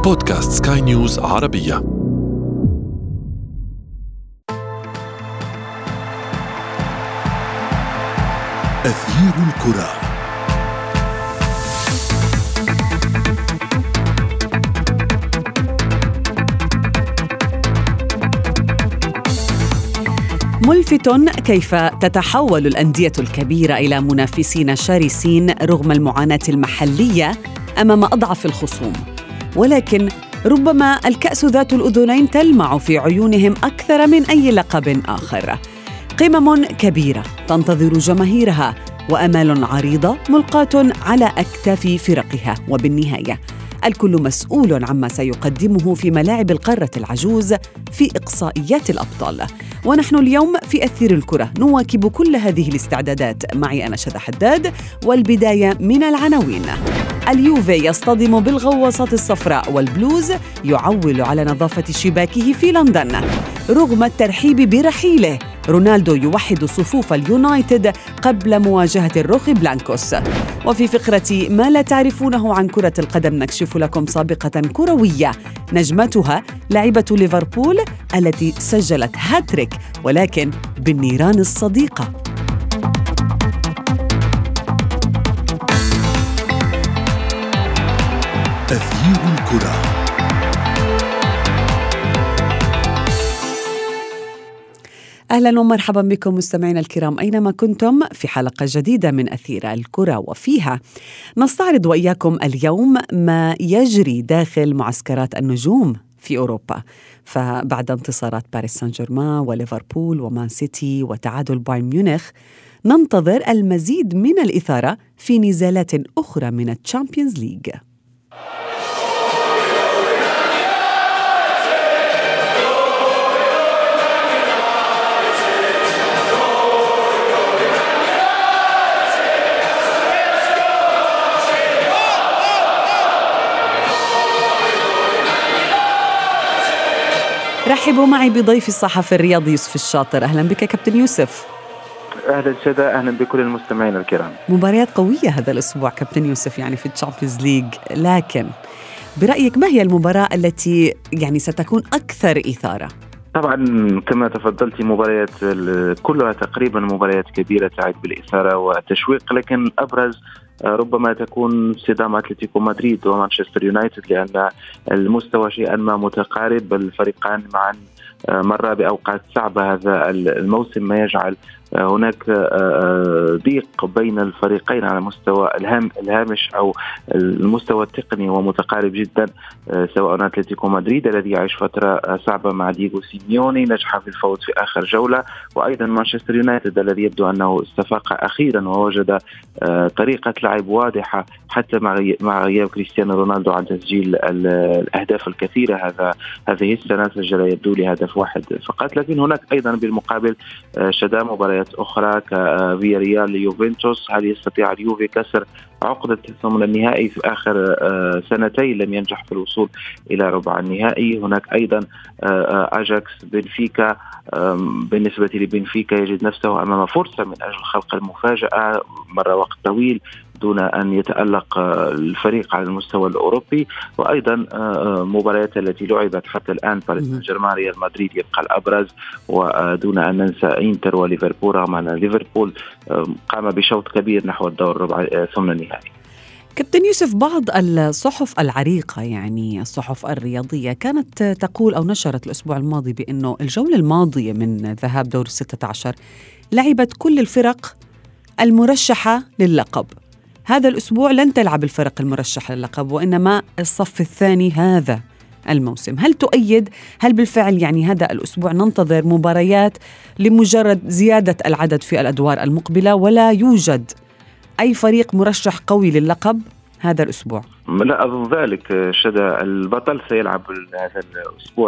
بودكاست سكاي نيوز عربية. أثير الكرة. ملفت كيف تتحول الأندية الكبيرة إلى منافسين شرسين رغم المعاناة المحلية أمام أضعف الخصوم، ولكن ربما الكأس ذات الأذنين تلمع في عيونهم أكثر من أي لقب آخر. قمم كبيرة تنتظر جماهيرها وأمال عريضة ملقاة على أكتاف فرقها، وبالنهاية الكل مسؤول عما سيقدمه في ملاعب القارة العجوز في إقصائيات الأبطال. ونحن اليوم في أثير الكرة نواكب كل هذه الاستعدادات. معي أنا شذى حداد، والبداية من العناوين. اليوفي يصطدم بالغواصات الصفراء، والبلوز يعول على نظافة شباكه في لندن. رغم الترحيب برحيله، رونالدو يوحد صفوف اليونايتد قبل مواجهة الروخي بلانكوس. وفي فقرة ما لا تعرفونه عن كرة القدم نكشف لكم سابقة كروية نجمتها لاعبة ليفربول التي سجلت هاتريك ولكن بالنيران الصديقة. أثير الكرة. أهلا ومرحبا بكم مستمعينا الكرام أينما كنتم في حلقة جديدة من أثير الكرة، وفيها نستعرض وإياكم اليوم ما يجري داخل معسكرات النجوم في أوروبا. فبعد انتصارات باريس سان جيرمان وليفربول ومان سيتي وتعادل بايرن ميونخ، ننتظر المزيد من الإثارة في نزالات أخرى من الشامبيونز ليج. رحبوا معي بضيف الصحفي الرياضي يوسف الشاطر. أهلا بك كابتن يوسف. أهلا شذى، أهلا بكل المستمعين الكرام. مباريات قوية هذا الأسبوع كابتن يوسف، يعني في الشامبيونز ليج، لكن برأيك ما هي المباراة التي يعني ستكون أكثر إثارة؟ طبعا كما تفضلتي مباريات كلها تقريبا مباريات كبيرة تعد بالإثارة والتشويق، لكن أبرز ربما تكون صدام أتلتيكو مدريد ومانشستر يونايتد، لأن المستوى شيئا ما متقارب. الفريقان معا مر بأوقات صعبة هذا الموسم، ما يجعل هناك ضيق بين الفريقين على مستوى الهامش أو المستوى التقني ومتقارب جدا. سواء أتلتيكو مدريد الذي يعيش فترة صعبة مع دييغو سيميوني نجح في الفوز في آخر جولة، وأيضا مانشستر يونايتد الذي يبدو أنه استفاق أخيرا ووجد طريقة لعب واضحة حتى مع غياب كريستيانو رونالدو عن تسجيل الأهداف الكثيرة. هذه السنة سجل يبدو لي هدف واحد فقط، لكن هناك أيضا بالمقابل شدة مباريات أخرى كفياريال ليوفنتوس. هل يستطيع اليوفي كسر عقدة ثمن النهائي؟ في آخر سنتين لم ينجح في الوصول إلى ربع النهائي. هناك أيضا أجاكس بنفيكا. بالنسبة لبنفيكا يجد نفسه أمام فرصة من أجل خلق المفاجأة، مر وقت طويل دون أن يتألق الفريق على المستوى الأوروبي. وأيضا مباريات التي لعبت حتى الآن، باريس سان جيرمان ريال مدريد يبقى الأبرز، ودون أن ننسى إنتر وليفربول، رغم أن ليفربول قام بشوط كبير نحو الدور ربع ثمن النهائي. كابتن يوسف، بعض الصحف العريقة يعني الصحف الرياضية كانت تقول أو نشرت الأسبوع الماضي بأنه الجولة الماضية من ذهاب دور 16 لعبت كل الفرق المرشحة للقب. هذا الأسبوع لن تلعب الفرق المرشحة للقب، وإنما الصف الثاني هذا الموسم. هل تؤيد؟ هل بالفعل يعني هذا الأسبوع ننتظر مباريات لمجرد زيادة العدد في الأدوار المقبلة، ولا يوجد أي فريق مرشح قوي للقب هذا الأسبوع؟ لا أظن ذلك شذى. البطل سيلعب هذا الأسبوع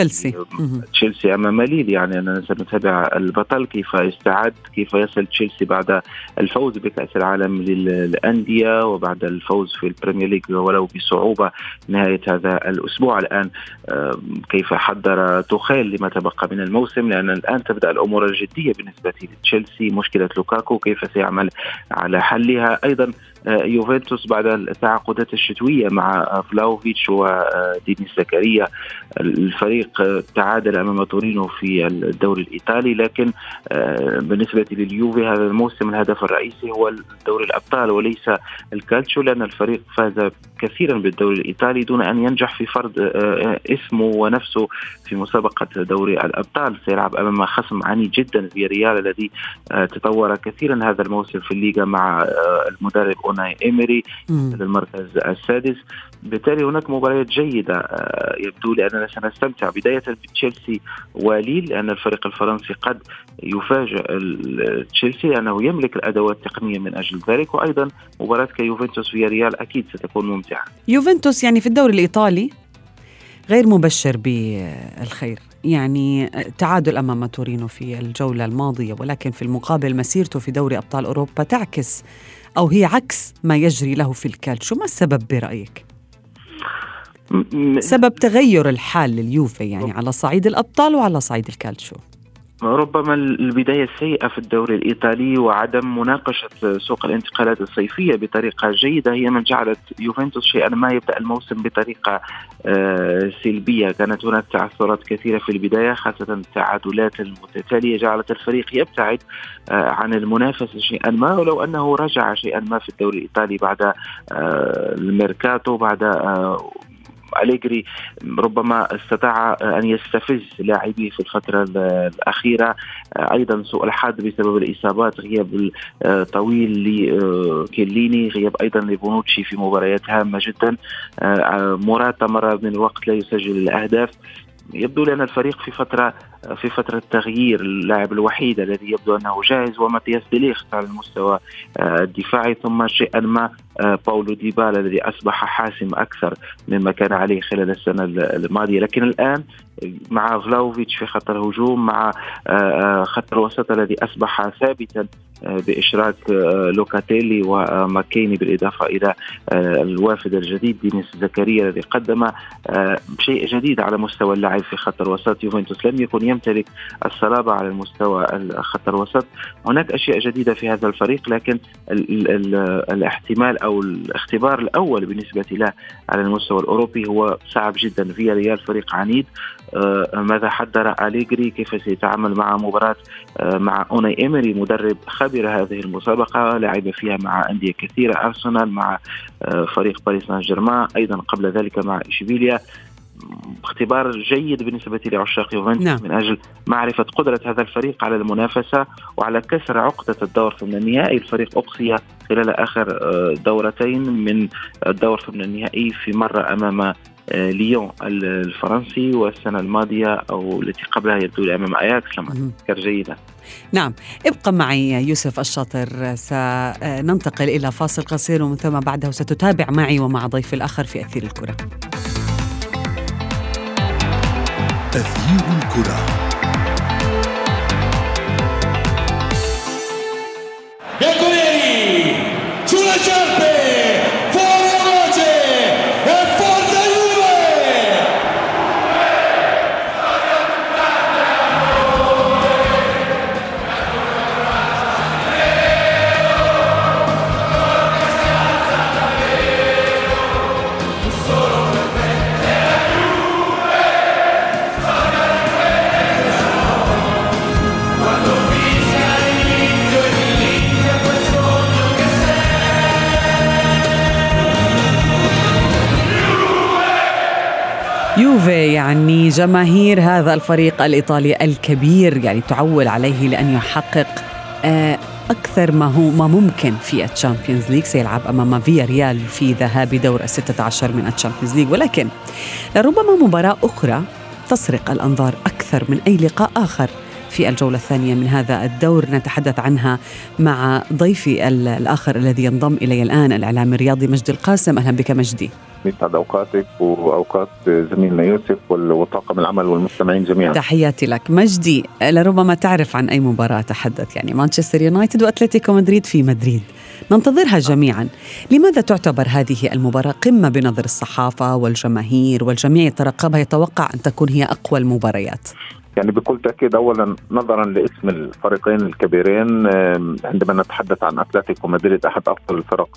تشيلسي أمام ليل. يعني أنا سنتابع البطل كيف يستعد، كيف يصل تشيلسي بعد الفوز بكأس العالم للأندية وبعد الفوز في البريمير ليج ولو بصعوبة نهاية هذا الأسبوع. الآن كيف حضر توخيل لما تبقى من الموسم، لأن الآن تبدأ الأمور الجدية بالنسبة لتشيلسي. مشكلة لوكاكو كيف سيعمل على حلها. أيضا يوفنتوس بعد التعاقدات الشتوية مع فلاوفيتش ودينيس زكريا. الفريق تعادل أمام تورينو في الدوري الإيطالي، لكن بالنسبة لليوفي هذا الموسم الهدف الرئيسي هو دوري الأبطال وليس الكالتشو، لأن الفريق فاز كثيرا بالدوري الإيطالي دون أن ينجح في فرض اسمه ونفسه في مسابقة دوري الأبطال. سيلعب أمام خصم عنيد جدا فياريال الذي تطور كثيرا هذا الموسم في الليغا مع المدرب أوناي إيميري للمركز السادس. بالتالي هناك مباريات جيدة يبدو لي أننا سنستمتع، بداية بتشيلسي وليل، لأن الفريق الفرنسي قد يفاجئ تشيلسي لأنه يملك الأدوات التقنية من أجل ذلك، وأيضا مباراة كيوفنتوس فياريال أكيد ستكون ممتعة. يوفنتوس يعني في الدوري الإيطالي غير مبشر بالخير، يعني تعادل أمام تورينو في الجولة الماضية، ولكن في المقابل مسيرته في دوري أبطال أوروبا تعكس أو هي عكس ما يجري له في الكالتشو. ما السبب برأيك؟ سبب تغير الحال لليوفي يعني على صعيد الأبطال وعلى صعيد الكالتشو؟ ربما البداية السيئة في الدوري الإيطالي وعدم مناقشة سوق الانتقالات الصيفية بطريقة جيدة هي من جعلت يوفنتوس شيئا ما يبدأ الموسم بطريقة سلبية. كانت هناك تعثرات كثيرة في البداية، خاصة التعادلات المتتالية جعلت الفريق يبتعد عن المنافسة شيئا ما، ولو أنه رجع شيئا ما في الدوري الإيطالي بعد الميركاتو، بعد أليغري ربما استطاع أن يستفز لاعبيه في الفترة الأخيرة. أيضا سوء الحظ بسبب الإصابات، غياب طويل لكيليني، غياب أيضا لبونوتشي في مباريات هامة جدا، موراتا مرة من الوقت لا يسجل الأهداف. يبدو لأن الفريق في فترة تغيير. اللاعب الوحيد الذي يبدو أنه جاهز وماتياس ديليخت على المستوى الدفاعي، ثم شيئا ما باولو ديبالا الذي أصبح حاسم أكثر مما كان عليه خلال السنة الماضية. لكن الآن مع فلاوفيتش في خط الهجوم، مع خط الوسط الذي أصبح ثابتا بإشراك لوكاتيلي وماكيني، بالإضافة إلى الوافد الجديد دينيس زكريا الذي قدم شيء جديد على مستوى اللعب في خط الوسط. يوفنتوس لم يكن يمتلك الصلابة على المستوى خط الوسط. هناك أشياء جديدة في هذا الفريق، لكن الاحتمال أو الاختبار الأول بالنسبة له على المستوى الأوروبي هو صعب جدا. فياريال فريق عنيد، ماذا حضر أليغري، كيف سيتعامل مع مباراة مع أوناي إيميري مدرب خبير هذه المسابقة، لعب فيها مع أندية كثيرة، أرسنال، مع فريق باريس سان جيرمان، أيضا قبل ذلك مع إشبيليا. اختبار جيد بالنسبة لعشاق يوفنتوس من أجل معرفة قدرة هذا الفريق على المنافسة وعلى كسر عقدة الدور ثمن النهائي. الفريق أقصي خلال آخر دورتين من الدور ثمن النهائي، في مرة أمام ليون الفرنسي، والسنة الماضية أو التي قبلها يبدو لي أمام أياكس لما تذكر جيدا. نعم، ابقى معي يوسف الشاطر، سننتقل إلى فاصل قصير ومن ثم بعده ستتابع معي ومع ضيف الآخر في أثير الكرة. أثير الكرة. يوفي يعني جماهير هذا الفريق الإيطالي الكبير يعني تعول عليه لأن يحقق أكثر ما ممكن في الشامبيونز ليج. سيلعب أمام فياريال في ذهاب دور 16 من الشامبيونز ليج، ولكن لربما مباراة أخرى تسرق الأنظار أكثر من أي لقاء آخر في الجولة الثانية من هذا الدور. نتحدث عنها مع ضيفي الآخر الذي ينضم إلي الآن، الإعلامي الرياضي مجدي القاسم. أهلا بك مجدي. يسعد أوقاتك وأوقات زميلنا يوسف وطاقم العمل والمستمعين جميعا. تحياتي لك مجدي. لربما تعرف عن أي مباراة تحدث، يعني مانشستر يونايتد وأتلتيكو مدريد في مدريد، ننتظرها جميعا. لماذا تعتبر هذه المباراة قمة بنظر الصحافة والجماهير والجميع يترقبها، يتوقع أن تكون هي أقوى المباريات؟ يعني بكل تأكيد أولا نظرا لاسم الفريقين الكبيرين، عندما نتحدث عن أتلتيكو مدريد أحد أفضل الفرق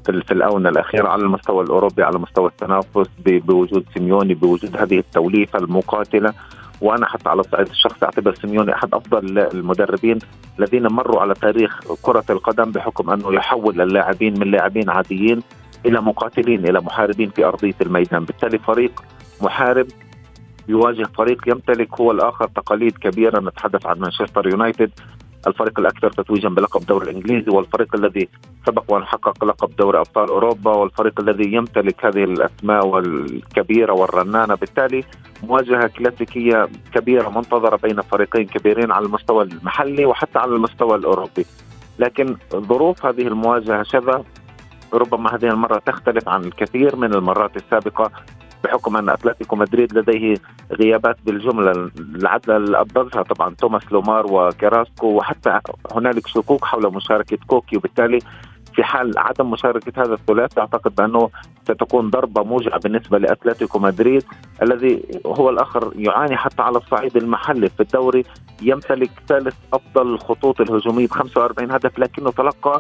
في الآونة الأخيرة على المستوى الأوروبي، على مستوى التنافس، بوجود سيميوني، بوجود هذه التوليفة المقاتلة. وأنا حتى على الصعيد الشخصي أعتبر سيميوني أحد أفضل المدربين الذين مروا على تاريخ كرة القدم، بحكم أنه يحول اللاعبين من لاعبين عاديين إلى مقاتلين، إلى محاربين في أرضية الميدان. بالتالي فريق محارب يواجه فريق يمتلك هو الآخر تقاليد كبيرة. نتحدث عن مانشستر يونايتد، الفريق الأكثر تتويجا بلقب الدوري الإنجليزي، والفريق الذي سبق وأن حقق لقب دوري أبطال أوروبا، والفريق الذي يمتلك هذه الأسماء الكبيرة والرنانة. بالتالي مواجهة كلاسيكية كبيرة منتظرة بين فريقين كبيرين على المستوى المحلي وحتى على المستوى الأوروبي. لكن ظروف هذه المواجهة شذا، ربما هذه المرة تختلف عن الكثير من المرات السابقة، بحكم أن أتلتيكو مدريد لديه غيابات بالجملة. العدل أبرزها طبعا توماس لومار وكراسكو، وحتى هنالك شكوك حول مشاركة كوكي. وبالتالي في حال عدم مشاركة هذا الثلاثي أعتقد بأنه ستكون ضربة موجعة بالنسبة لأتلتيكو مدريد، الذي هو الآخر يعاني حتى على الصعيد المحلي في الدوري. يمتلك ثالث أفضل الخطوط الهجومية ب45 هدف، لكنه تلقى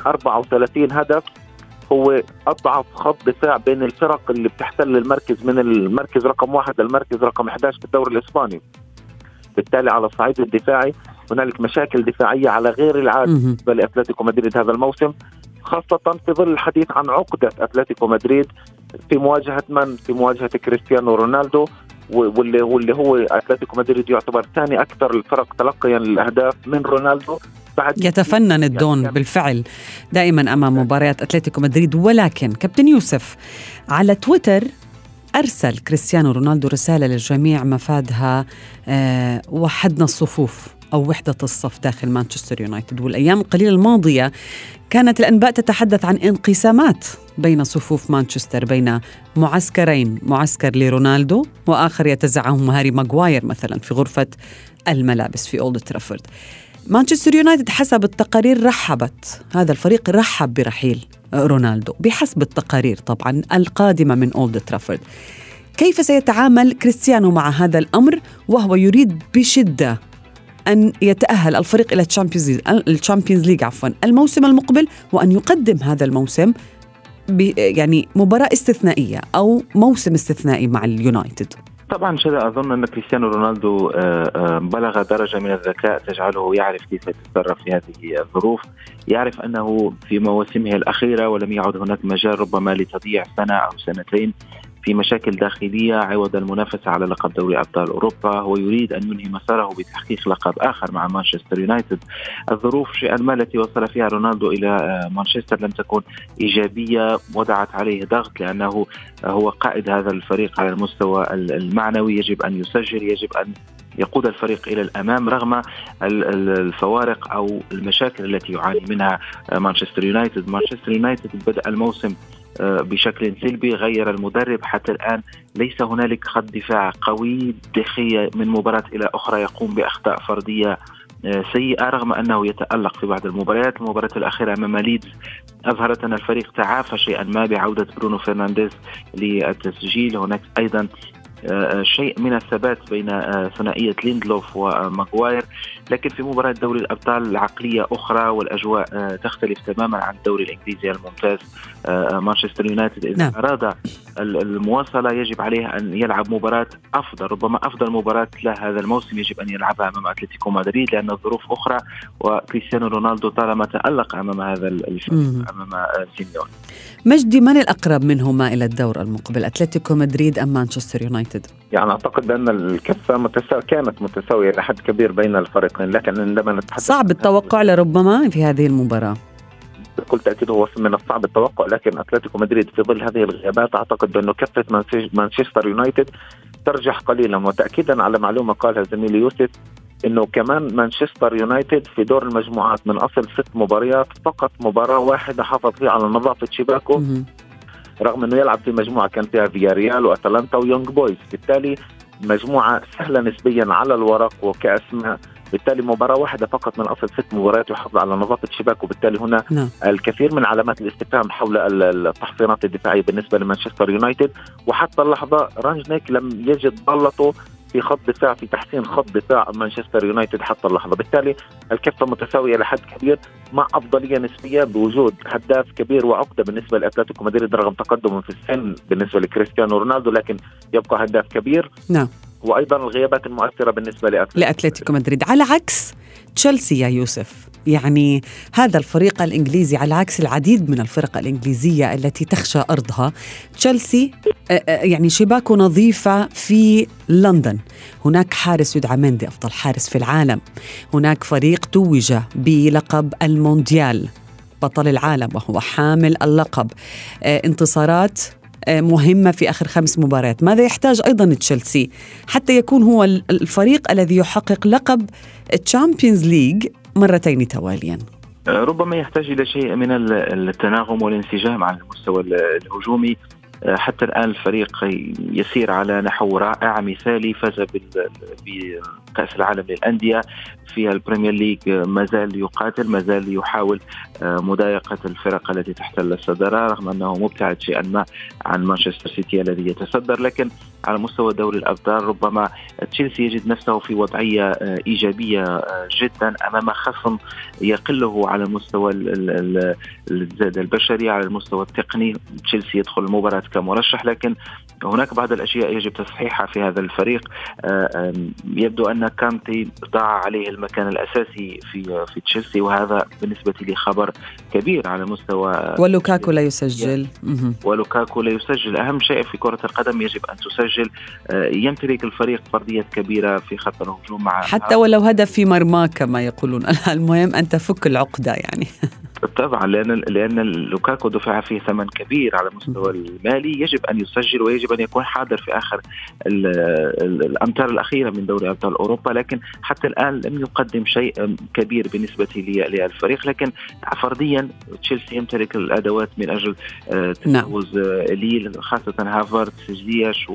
34 هدف. هو أضعف خط دفاع بين الفرق اللي بتحتل المركز من المركز رقم 1 للمركز رقم 11 في الدوري الإسباني. بالتالي على الصعيد الدفاعي هنالك مشاكل دفاعية على غير العادة بالنسبة لأتلتيكو مدريد هذا الموسم، خاصة في ظل الحديث عن عقدة أتلتيكو مدريد في مواجهة في مواجهة كريستيانو رونالدو، واللي هو أتلتيكو مدريد يعتبر ثاني أكثر الفرق تلقيا للأهداف من رونالدو. يتفنن الدون بالفعل دائما أمام مباريات أتلتيكو مدريد. ولكن كابتن يوسف، على تويتر أرسل كريستيانو رونالدو رسالة للجميع مفادها وحدنا الصفوف أو وحدة الصف داخل مانشستر يونايتد. والأيام القليلة الماضية كانت الأنباء تتحدث عن انقسامات بين صفوف مانشستر، بين معسكرين، معسكر لرونالدو وآخر يتزعم هاري ماغواير مثلا في غرفة الملابس في أولد ترافورد. مانشستر يونايتد حسب التقارير هذا الفريق رحب برحيل رونالدو بحسب التقارير طبعا القادمة من أولد ترافورد. كيف سيتعامل كريستيانو مع هذا الأمر وهو يريد بشدة أن يتأهل الفريق إلى الشامبيونز ليج الموسم المقبل، وأن يقدم هذا الموسم يعني مباراة استثنائية أو موسم استثنائي مع اليونايتد؟ طبعا شذا أظن أن كريستيانو رونالدو بلغ درجة من الذكاء تجعله يعرف كيف يتصرف في هذه الظروف. يعرف أنه في مواسمه الأخيرة ولم يعد هناك مجال ربما لتضييع سنة أو سنتين في مشاكل داخلية عوض المنافسة على لقب دوري أبطال أوروبا. هو يريد أن ينهي مساره بتحقيق لقب آخر مع مانشستر يونايتد. الظروف شيئا ما التي وصل فيها رونالدو إلى مانشستر لم تكن إيجابية، وضعت عليه ضغط لأنه هو قائد هذا الفريق على المستوى المعنوي، يجب أن يسجل، يجب أن يقود الفريق إلى الأمام رغم الفوارق أو المشاكل التي يعاني منها مانشستر يونايتد. مانشستر يونايتد بدأ الموسم بشكل سلبي، غير المدرب، حتى الآن ليس هنالك خط دفاع قوي. دخية من مباراة إلى أخرى يقوم بأخطاء فردية سيئة رغم أنه يتألق في بعض المباريات. المباراة الأخيرة أمام ليدز أظهرت أن الفريق تعافى شيئا ما بعودة برونو فرنانديز للتسجيل. هناك أيضا شيء من الثبات بين ثنائية ليندلوف وماغواير، لكن في مباراة دوري الأبطال العقلية أخرى والأجواء تختلف تماما عن الدوري الإنجليزي الممتاز. مانشستر يونايتد إذا أراد المواصلة يجب عليه أن يلعب مباراة أفضل، ربما أفضل مباراة له هذا الموسم يجب أن يلعبها أمام أتلتيكو مدريد، لأن الظروف أخرى، وكريستيانو رونالدو طالما تألق أمام هذا الفريق أمام سيميوني. مجدي، من الأقرب منهما إلى الدور المقبل، أتلتيكو مدريد أم مانشستر يونايتد؟ يعني أعتقد أن الكفة كانت متساوية لحد كبير بين الفريقين، لكن عندما نتحدث صعب التوقع لربما في هذه المباراة. بكل تأكيد هو من الصعب التوقع، لكن أتلتيكو مدريد في ظل هذه الغيابات أعتقد بأنه كفة مانشستر يونايتد ترجح قليلا. وتأكيدا على معلومة قالها زميلي يوسف، إنه كمان مانشستر يونايتد في دور المجموعات من أصل 6 مباريات فقط مباراة واحدة حافظ فيها على نظافة شباكه، رغم أنه يلعب في مجموعة كان فيها فياريال وأتلانتا ويونغ بويز. بالتالي مجموعة سهلة نسبيا على الورق وكأسماء، بالتالي مباراة واحدة فقط من أصل 6 مباريات يحافظ على نظافة شباك. وبالتالي هنا الكثير من علامات الاستفهام حول التحصينات الدفاعية بالنسبة لمانشستر يونايتد. وحتى اللحظة رانجنيك لم يجد ضالته في خط دفاع، في تحسين خط دفاع مانشستر يونايتد حتى اللحظة. بالتالي الكفة متساوية لحد كبير، مع أفضلية نسبية بوجود هداف كبير وعقدة بالنسبة لأتلتيكو مدريد رغم تقدمه في السن بالنسبة لكريستيانو رونالدو، لكن يبقى هداف كبير. نعم. وأيضا الغيابات المؤثرة بالنسبة لأتلتيكو مدريد، على عكس تشيلسي يا يوسف. يعني هذا الفريق الإنجليزي على عكس العديد من الفرق الإنجليزية التي تخشى أرضها، تشيلسي يعني شباكه نظيفة في لندن. هناك حارس يدعى مندي أفضل حارس في العالم، هناك فريق توج بلقب المونديال بطل العالم وهو حامل اللقب، انتصارات مهمة في آخر 5 مباريات. ماذا يحتاج أيضا تشيلسي حتى يكون هو الفريق الذي يحقق لقب الشامبيونز ليج مرتين تواليا؟ ربما يحتاج إلى شيء من التناغم والانسجام على المستوى الهجومي. حتى الآن الفريق يسير على نحو رائع مثالي، فاز بكأس العالم للأندية، في البريمير ليج ما زال يقاتل، ما زال يحاول مضايقة الفرق التي تحتل الصدارة رغم أنه مبتعد شيئا ما عن مانشستر سيتي الذي يتصدر. لكن على مستوى دوري الأبطال ربما تشيلسي يجد نفسه في وضعية إيجابية جدا أمام خصم يقله على المستوى الزاد البشري، على المستوى التقني. تشيلسي يدخل المباراة كمرشح، لكن هناك بعض الأشياء يجب تصحيحها في هذا الفريق. يبدو أن كانتي ضاع عليه المكان الأساسي في تشيلسي، وهذا بالنسبة لي خبر كبير على مستوى. ولوكاكو لا يسجل. ولوكاكو لا يسجل. أهم شيء في كرة القدم يجب أن تسجل. يمتلك الفريق فرديات كبيرة في خط الهجوم، مع حتى ولو هدف في مرمى كما يقولون. المهم أن تفك العقدة يعني. طبعا لأن لوكاكو دفع فيه ثمن كبير على المستوى المالي، يجب أن يسجل ويجب أن يكون حاضر في آخر الأمتار الأخيرة من دوري أبطال أوروبا. لكن حتى الآن لم يقدم شيء كبير بالنسبة للفريق. لكن فرديا تشيلسي يمتلك الأدوات من أجل تجاوز ليل، خاصة هافرتس، زياش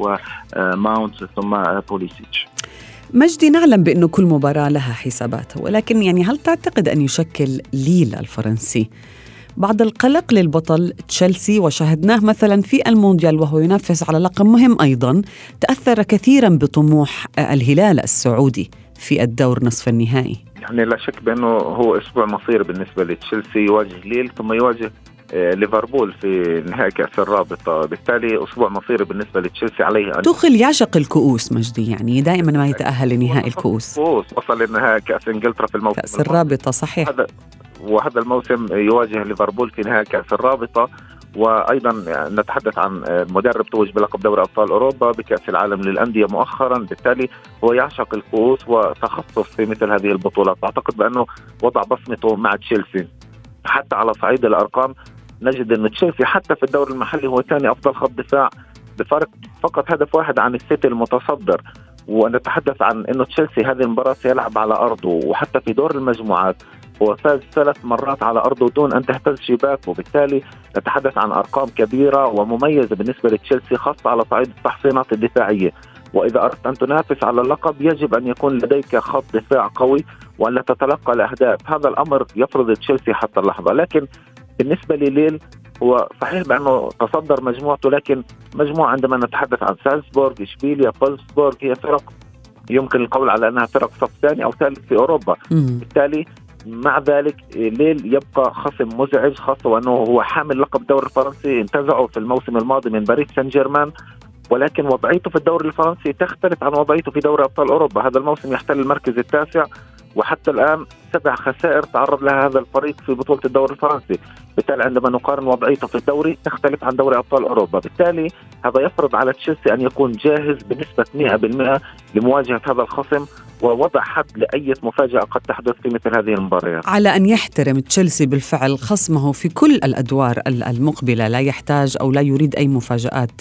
وماونت ثم بوليسيتش. مجدي، نعلم بأنه كل مباراة لها حساباتها، ولكن يعني هل تعتقد أن يشكل ليل الفرنسي بعض القلق للبطل تشيلسي؟ وشاهدناه مثلا في المونديال وهو ينافس على لقب مهم أيضا، تأثر كثيرا بطموح الهلال السعودي في الدور نصف النهائي. يعني لا شك بأنه هو أسبوع مصير بالنسبة لتشيلسي، يواجه ليل ثم يواجه ليفربول في نهائي كأس الرابطة. بالتالي أسبوع مصيري بالنسبة لتشيلسي. عليه أن توخيل يعشق الكؤوس مجدي، يعني دائما ما يتأهل لنهائي الكؤوس. وصل لنهائي كأس إنجلترا في الموسم كأس الرابطة صحيح. وهذا الموسم يواجه ليفربول في نهائي كأس الرابطة. وأيضا نتحدث عن مدرب توج بلقب دوري أبطال أوروبا بكأس العالم للأندية مؤخرا. بالتالي هو يعشق الكؤوس وتخصص في مثل هذه البطولات. أعتقد بأنه وضع بصمته مع تشيلسي. حتى على صعيد الأرقام نجد أن تشيلسي حتى في الدوري المحلي هو ثاني أفضل خط دفاع بفرق فقط هدف واحد عن السيتي المتصدر. ونتحدث عن أنه تشيلسي هذه المباراة سيلعب على أرضه، وحتى في دور المجموعات هو فاز 3 مرات على أرضه دون أن تهتز شباكه. وبالتالي نتحدث عن أرقام كبيرة ومميزة بالنسبة لتشيلسي، خاصة على صعيد التحصينات الدفاعية. وإذا أردت أن تنافس على اللقب يجب أن يكون لديك خط دفاع قوي وأن لا تتلقى الأهداف. هذا الأمر يفرض تشيلسي حتى اللحظة. لكن بالنسبة لليل هو صحيح بأنه تصدر مجموعته، لكن مجموعة عندما نتحدث عن سالزبورغ، إشبيليا، بولسبورغ، هي فرق يمكن القول على أنها فرق صف ثاني أو ثالث في أوروبا. بالتالي مع ذلك ليل يبقى خصم مزعج، خاصة وأنه هو حامل لقب الدوري الفرنسي، انتزعه في الموسم الماضي من باريس سان جيرمان. ولكن وضعيته في الدوري الفرنسي تختلف عن وضعيته في دوري أبطال أوروبا. هذا الموسم يحتل المركز التاسع، وحتى الآن 7 خسائر تعرض لها هذا الفريق في بطولة الدوري الفرنسي. بالتالي عندما نقارن وضعيته في الدوري تختلف عن دوري أبطال أوروبا. بالتالي هذا يفرض على تشيلسي أن يكون جاهز بنسبة 100% لمواجهة هذا الخصم ووضع حد لأي مفاجأة قد تحدث في مثل هذه المباريات. على أن يحترم تشيلسي بالفعل خصمه في كل الأدوار المقبلة، لا يحتاج أو لا يريد أي مفاجآت.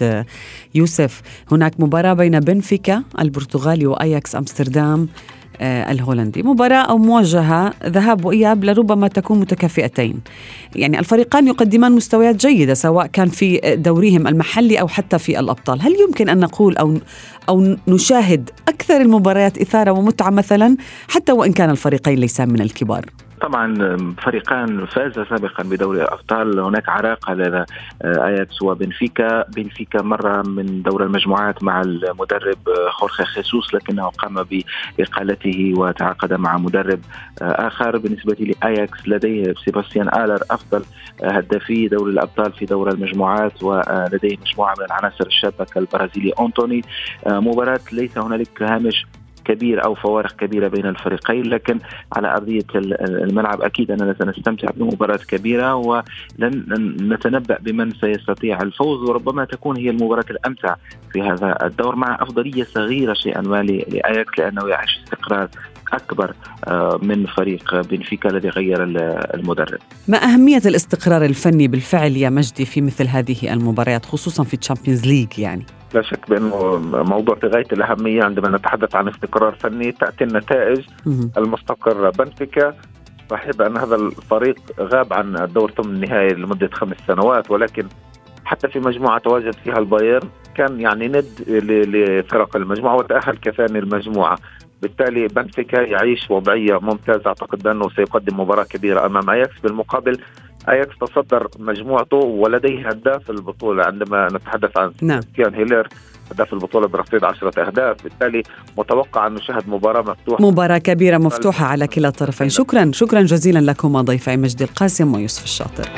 يوسف، هناك مباراة بين بنفيكا البرتغالي وأياكس أمستردام الهولندي، مباراة أو مواجهة ذهاب وإياب لربما تكون متكافئتين. يعني الفريقان يقدمان مستويات جيدة سواء كان في دوريهم المحلي أو حتى في الأبطال. هل يمكن أن نقول أو نشاهد أكثر المباريات إثارة ومتعة مثلا، حتى وإن كان الفريقين ليسان من الكبار؟ طبعا فريقان فاز سابقا بدوري الأبطال. هناك عراقة لدى أياكس وبنفيكا. بنفيكا مرة من دور المجموعات مع المدرب خورخي خيسوس، لكنه قام بإقالته وتعاقد مع مدرب آخر. بالنسبة لأياكس لديه سيباستيان آلر أفضل هدافي دوري الأبطال في دور المجموعات، ولديه مجموعة من العناصر الشابة كالبرازيلي أنتوني. مباراة ليس هنالك هامش كبير أو فوارق كبيرة بين الفريقين، لكن على أرضية الملعب أكيد أننا سنستمتع بمباراة كبيرة، ولن نتنبأ بمن سيستطيع الفوز، وربما تكون هي المباراة الأمتع في هذا الدور، مع أفضلية صغيرة شيئا ما لأياكس لأنه يعيش استقرار أكبر من فريق بنفيكا الذي غير المدرب. ما أهمية الاستقرار الفني بالفعل يا مجدي في مثل هذه المباريات، خصوصا في الشامبيونز ليج؟ يعني لا شك بأنه موضوع في غاية الأهمية. عندما نتحدث عن استقرار فني تأتي النتائج المستقرة. بنفيكا صحيح أن هذا الفريق غاب عن الدور ثمن النهائي لمدة 5 سنوات، ولكن حتى في مجموعة تواجد فيها البايرن كان يعني ند لفرق المجموعة وتأهل كثاني المجموعة. بالتالي بنفيكا يعيش وضعية ممتازة. أعتقد بأنه سيقدم مباراة كبيرة أمام أياكس. بالمقابل أياكس تصدر مجموعته ولديه هداف البطولة. عندما نتحدث عن كريستيان هيلر هداف البطولة برصيد 10 أهداف. بالتالي متوقع أن نشاهد مباراة مفتوحة، مباراة كبيرة مفتوحة على كلا الطرفين. شكرا جزيلا لكم ضيفي مجدي القاسم ويوسف الشاطر.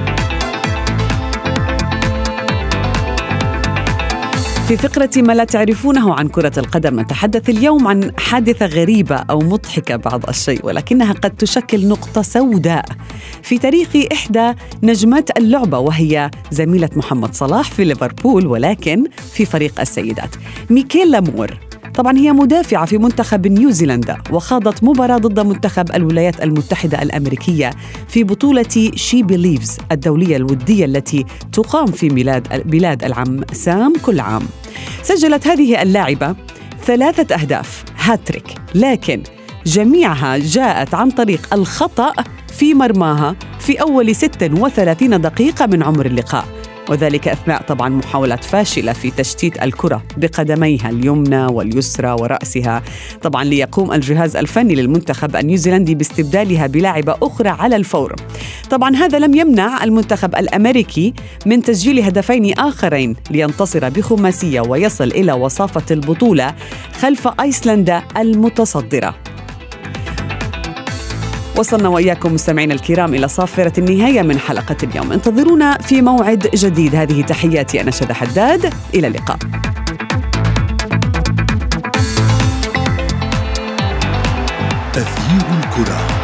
في فقرة ما لا تعرفونه عن كرة القدم نتحدث اليوم عن حادثة غريبة أو مضحكة بعض الشيء، ولكنها قد تشكل نقطة سوداء في تاريخ إحدى نجمات اللعبة، وهي زميلة محمد صلاح في ليفربول ولكن في فريق السيدات. ميكيلا مور طبعا هي مدافعة في منتخب نيوزيلندا، وخاضت مباراة ضد منتخب الولايات المتحدة الأمريكية في بطولة شي بيليفز الدولية الودية التي تقام في بلاد العم سام كل عام. سجلت هذه اللاعبة 3 أهداف هاتريك، لكن جميعها جاءت عن طريق الخطأ في مرماها في أول 36 دقيقة من عمر اللقاء، وذلك أثناء طبعا محاولات فاشلة في تشتيت الكرة بقدميها اليمنى واليسرى ورأسها، طبعا ليقوم الجهاز الفني للمنتخب النيوزيلندي باستبدالها بلاعبة أخرى على الفور. طبعا هذا لم يمنع المنتخب الأمريكي من تسجيل هدفين آخرين لينتصر بخماسية ويصل إلى وصافة البطولة خلف أيسلندا المتصدرة. وصلنا وإياكم مستمعين الكرام إلى صافرة النهاية من حلقة اليوم. انتظرونا في موعد جديد. هذه تحياتي أنا شذى حداد، إلى اللقاء. تغيير الكرة.